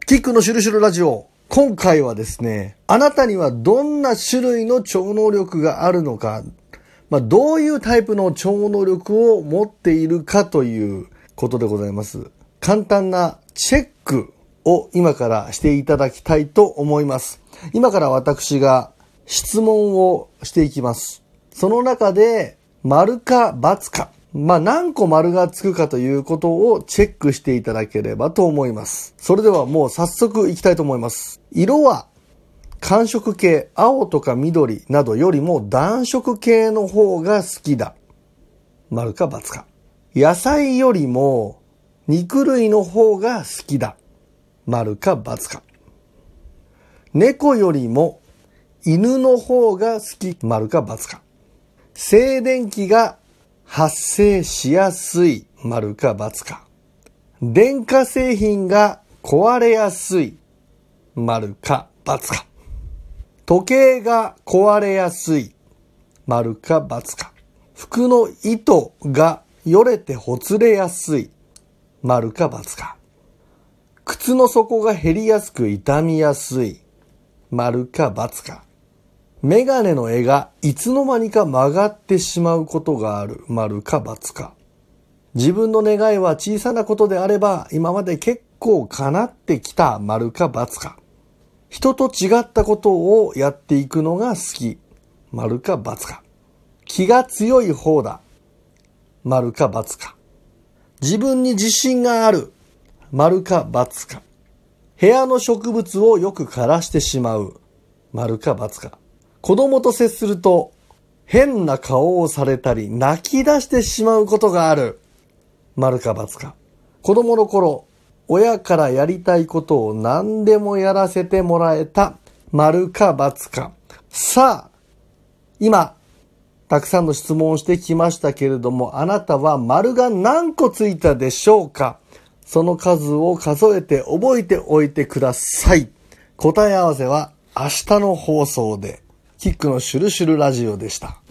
キックのシュルシュルラジオ。今回はですね、あなたにはどんな種類の超能力があるのか、どういうタイプの超能力を持っているかということでございます。簡単なチェックを今からしていただきたいと思います。今から私が質問をしていきます。その中で、丸か×か。何個丸がつくかということをチェックしていただければと思います。それではもう早速いきたいと思います。色は寒色系、青とか緑などよりも暖色系の方が好きだ。丸か×か。野菜よりも肉類の方が好きだ。丸か×か。猫よりも犬の方が好き。丸か×か。静電気が発生しやすい。丸か×か。電化製品が壊れやすい。丸か×か。時計が壊れやすい。丸か×か。服の糸がよれてほつれやすい。丸か×か。靴の底が減りやすく傷みやすい。丸か×か。メガネの絵がいつの間にか曲がってしまうことがある。丸か×か。自分の願いは小さなことであれば今まで結構叶ってきた。丸か×か。人と違ったことをやっていくのが好き。丸か×か。気が強い方だ。丸か×か。自分に自信がある。丸か×か。部屋の植物をよく枯らしてしまう。丸か×か。子供と接すると変な顔をされたり泣き出してしまうことがある。丸か×か。子供の頃、親からやりたいことを何でもやらせてもらえた。丸か×か。さあ、今、たくさんの質問をしてきましたけれども、あなたは丸が何個ついたでしょうか？その数を数えて覚えておいてください。答え合わせは明日の放送で。キックのシュルシュルラジオでした。